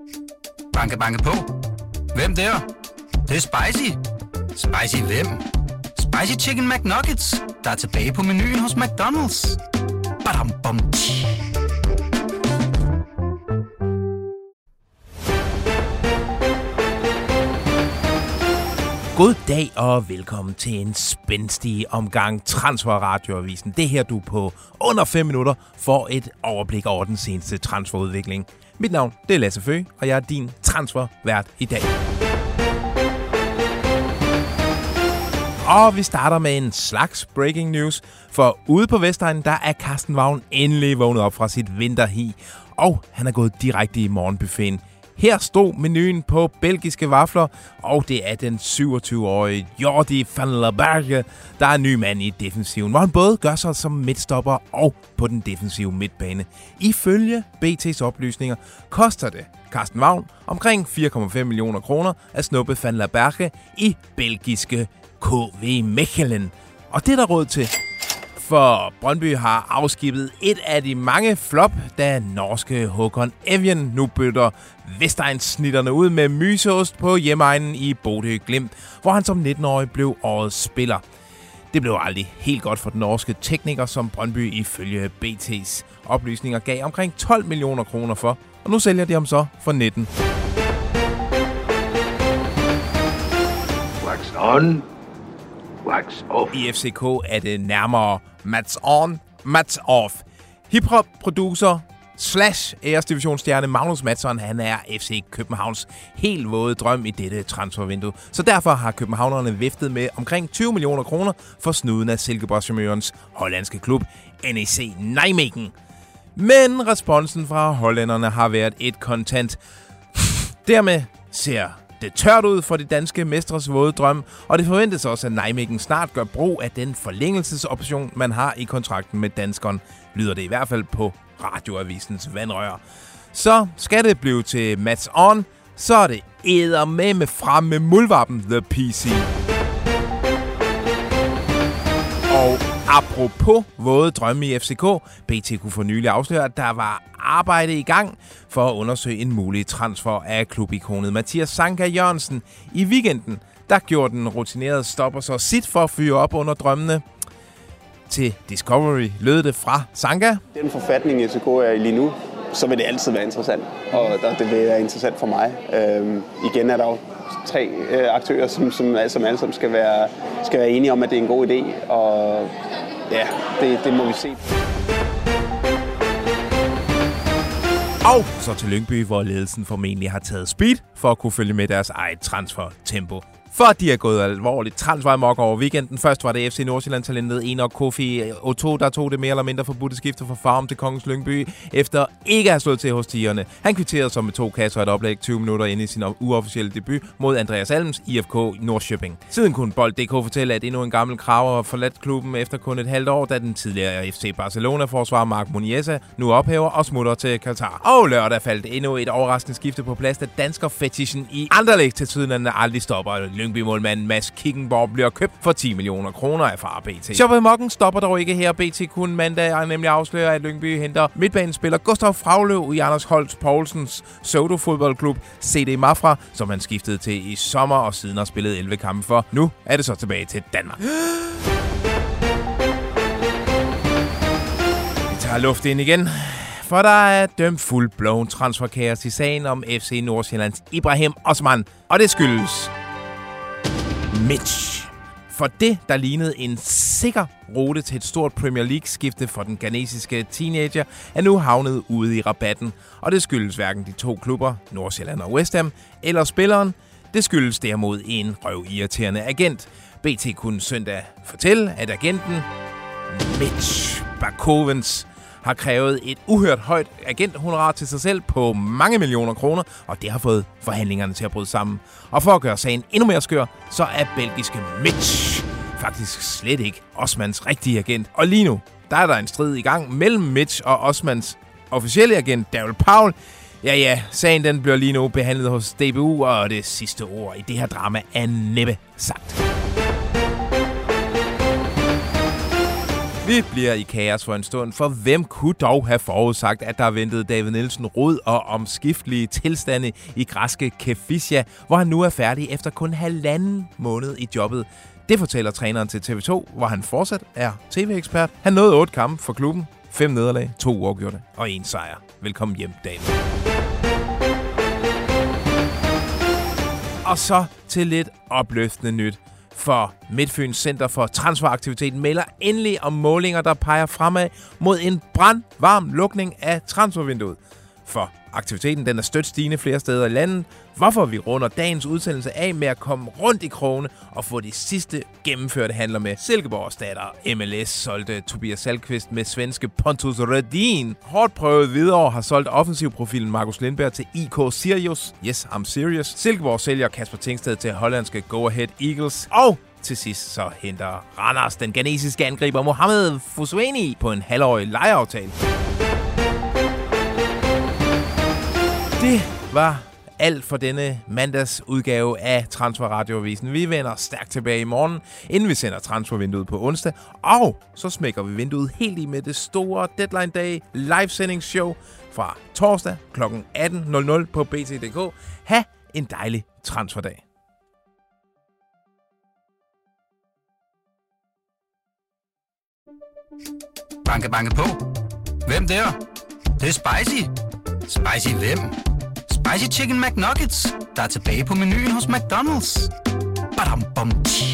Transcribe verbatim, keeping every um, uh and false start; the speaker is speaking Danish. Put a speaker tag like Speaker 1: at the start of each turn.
Speaker 1: Banke, banke på. Hvem der? Det, det er spicy. Spicy hvem? Spicy Chicken McNuggets, der er tilbage på menuen hos McDonald's. Badum, bom, tji.
Speaker 2: God dag og velkommen til en spændstig omgang Transfer Radioavisen. Det her du på under fem minutter får et overblik over den seneste transferudvikling. Mit navn det er Lasse Føge, og jeg er din transfervært i dag. Og vi starter med en slags breaking news, for ude på Vestegnen, der er Carsten Wagn endelig vågnet op fra sit vinterhi, og han er gået direkte i morgenbuffeten. Her stod menuen på belgiske vafler, og det er den syvogtyve-årige Jordi van der Berge, der er ny mand i defensiven, hvor han både gør sig som midtstopper og på den defensive midtbane. Ifølge B T's oplysninger koster det Carsten Wagn omkring fire komma fem millioner kroner at snuppe van der Berge i belgiske K V Mechelen. Og det er der råd til. For Brøndby har afskibet et af de mange flop, da norske Håkon Evjen nu bytter Vestegns-snitterne ud med myseost på hjemmeegnen i Bodø Glimt, hvor han som nitten-årig blev årets spiller. Det blev aldrig helt godt for den norske tekniker, som Brøndby ifølge B T's oplysninger gav omkring tolv millioner kroner for, og nu sælger de ham så for nitten.
Speaker 3: Wax on. Wax off.
Speaker 2: I F C K er det nærmere Mats on, Mats off. Hiphop-producer slash æresdivisionsstjerne Magnus Madsson, han er F C Københavns helt våde drøm i dette transfervindue. Så derfor har københavnerne viftet med omkring tyve millioner kroner for snuden af Silkeborg-Chamørens hollandske klub N E C Nijmegen. Men responsen fra hollænderne har været et kontant. Dermed ser det tørt ud for de danske mestres våde drøm, og det forventes også, at Nijmegen snart gør brug af den forlængelsesoption, man har i kontrakten med danskeren, lyder det i hvert fald på Radioavisens vandrør. Så skal det blive til Mats on, så er det eddermame frem med muldvarpen The P C. Og apropos våde drømme i F C K, B T kunne for nylig afsløre, at der var arbejde i gang for at undersøge en mulig transfer af klubikonet Mathias Sanka Jørgensen. I weekenden, der gjorde den rutinerede stopper så sit for at fyre op under drømmene. Til Discovery lød det fra Sanka.
Speaker 4: Den forfatning, F C K er i lige nu, så vil det altid være interessant, og det vil være interessant for mig. Øhm, igen er der jo tre øh, aktører, som, som, som alle sammen skal være, skal være enige om, at det er en god idé, og ja, det, det må vi se.
Speaker 2: Og så til Lyngby, hvor ledelsen formentlig har taget speed for at kunne følge med deres eget transfertempo. For de er gået alvorligt transferamok over weekenden. Først var det F C Nordsjælland-talentet Enoch Kofi Otto, der tog det mere eller mindre forbudte skifte fra Farum til Kongens Lyngby, efter ikke at have slået til hos Tigerne. Han kvitterede som med to kasser og et oplæg tyve minutter inde i sin uofficielle debut mod Andreas Alms I F K Norrköping. Siden kunne Bold punktum d k fortælle, at endnu en gammel kraver har forladt klubben efter kun et halvt år, da den tidligere F C Barcelona-forsvarer Marc Muniesa nu ophæver og smutter til Qatar. Og lørdag faldt endnu et overraskende skifte på plads, da dansker fetishen i Anderlecht til tiden aldrig stopper. Lyngby-målmanden Mads Kickenborg bliver købt for ti millioner kroner af far B T. Shopping-mokken stopper dog ikke her. B T kunne mandag er nemlig afsløre, at Lyngby henter midtbanespiller Gustav Fragløv i Anders Holst Poulsens pseudo-fodboldklub C D Mafra, som han skiftede til i sommer og siden har spillet elleve kampe for. Nu er det så tilbage til Danmark. Vi tager luft ind igen. For der er dømt full-blown transferkaos i sagen om F C Nordsjællands Ibrahim Osman, og det skyldes Mitch. For det, der lignede en sikker rute til et stort Premier League-skifte for den ghanesiske teenager, er nu havnet ude i rabatten. Og det skyldes hverken de to klubber, Nordsjælland og West Ham, eller spilleren. Det skyldes derimod en røvirriterende agent. B T kunne søndag fortælle, at agenten Mitch Bakovens har krævet et uhørt højt agenthonorar til sig selv på mange millioner kroner, og det har fået forhandlingerne til at bryde sammen. Og for at gøre sagen endnu mere skør, så er belgiske Mitch faktisk slet ikke Osmans rigtige agent. Og lige nu, der er der en strid i gang mellem Mitch og Osmans officielle agent Daryl Powell. Ja ja, sagen den bliver lige nu behandlet hos D B U, og det sidste ord i det her drama er næppe sagt. Vi bliver i kaos for en stund, for hvem kunne dog have forudsagt, at der ventede David Nielsen rod og omskiftelige tilstande i græske Kefisia, hvor han nu er færdig efter kun halvanden måned i jobbet. Det fortæller træneren til T V to, hvor han fortsat er tv-ekspert. Han nåede otte kampe for klubben, fem nederlag, to uafgjorte og en sejr. Velkommen hjem, David. Og så til lidt opløftende nyt. For Midtfyns Center for Transferaktiviteten melder endelig om målinger, der peger fremad mod en brandvarm lukning af transfervinduet. For aktiviteten den er stødt stigende flere steder i landet, hvorfor vi runder dagens udsendelse af med at komme rundt i krogene og få de sidste gennemførte handler med. Silkeborgs datter M L S solgte Tobias Salkvist med svenske Pontus Redin. Hårdt prøvet Hvidovre har solgt offensivprofilen Markus Lindberg til I K Sirius. Yes, I'm serious. Silkeborg sælger Kasper Tingsted til hollandske Go Ahead Eagles. Og til sidst så henter Randers den ghanesiske angriber Mohamed Foussoueni på en halvårig lejeaftale. Det var alt for denne mandags udgave af Transferradioavisen. Vi vender stærkt tilbage i morgen, inden vi sender transfervinduet på onsdag. Og så smækker vi vinduet helt i med det store Deadline Day livesendingsshow fra torsdag kl. atten nul nul på B T punktum d k. Ha' en dejlig transferdag.
Speaker 1: Banke, banke på. Hvem der? Det, det er spicy. Spicy hvem? Spicy Chicken McNuggets, der er tilbage på menuen hos McDonald's. Badum, bom, tji.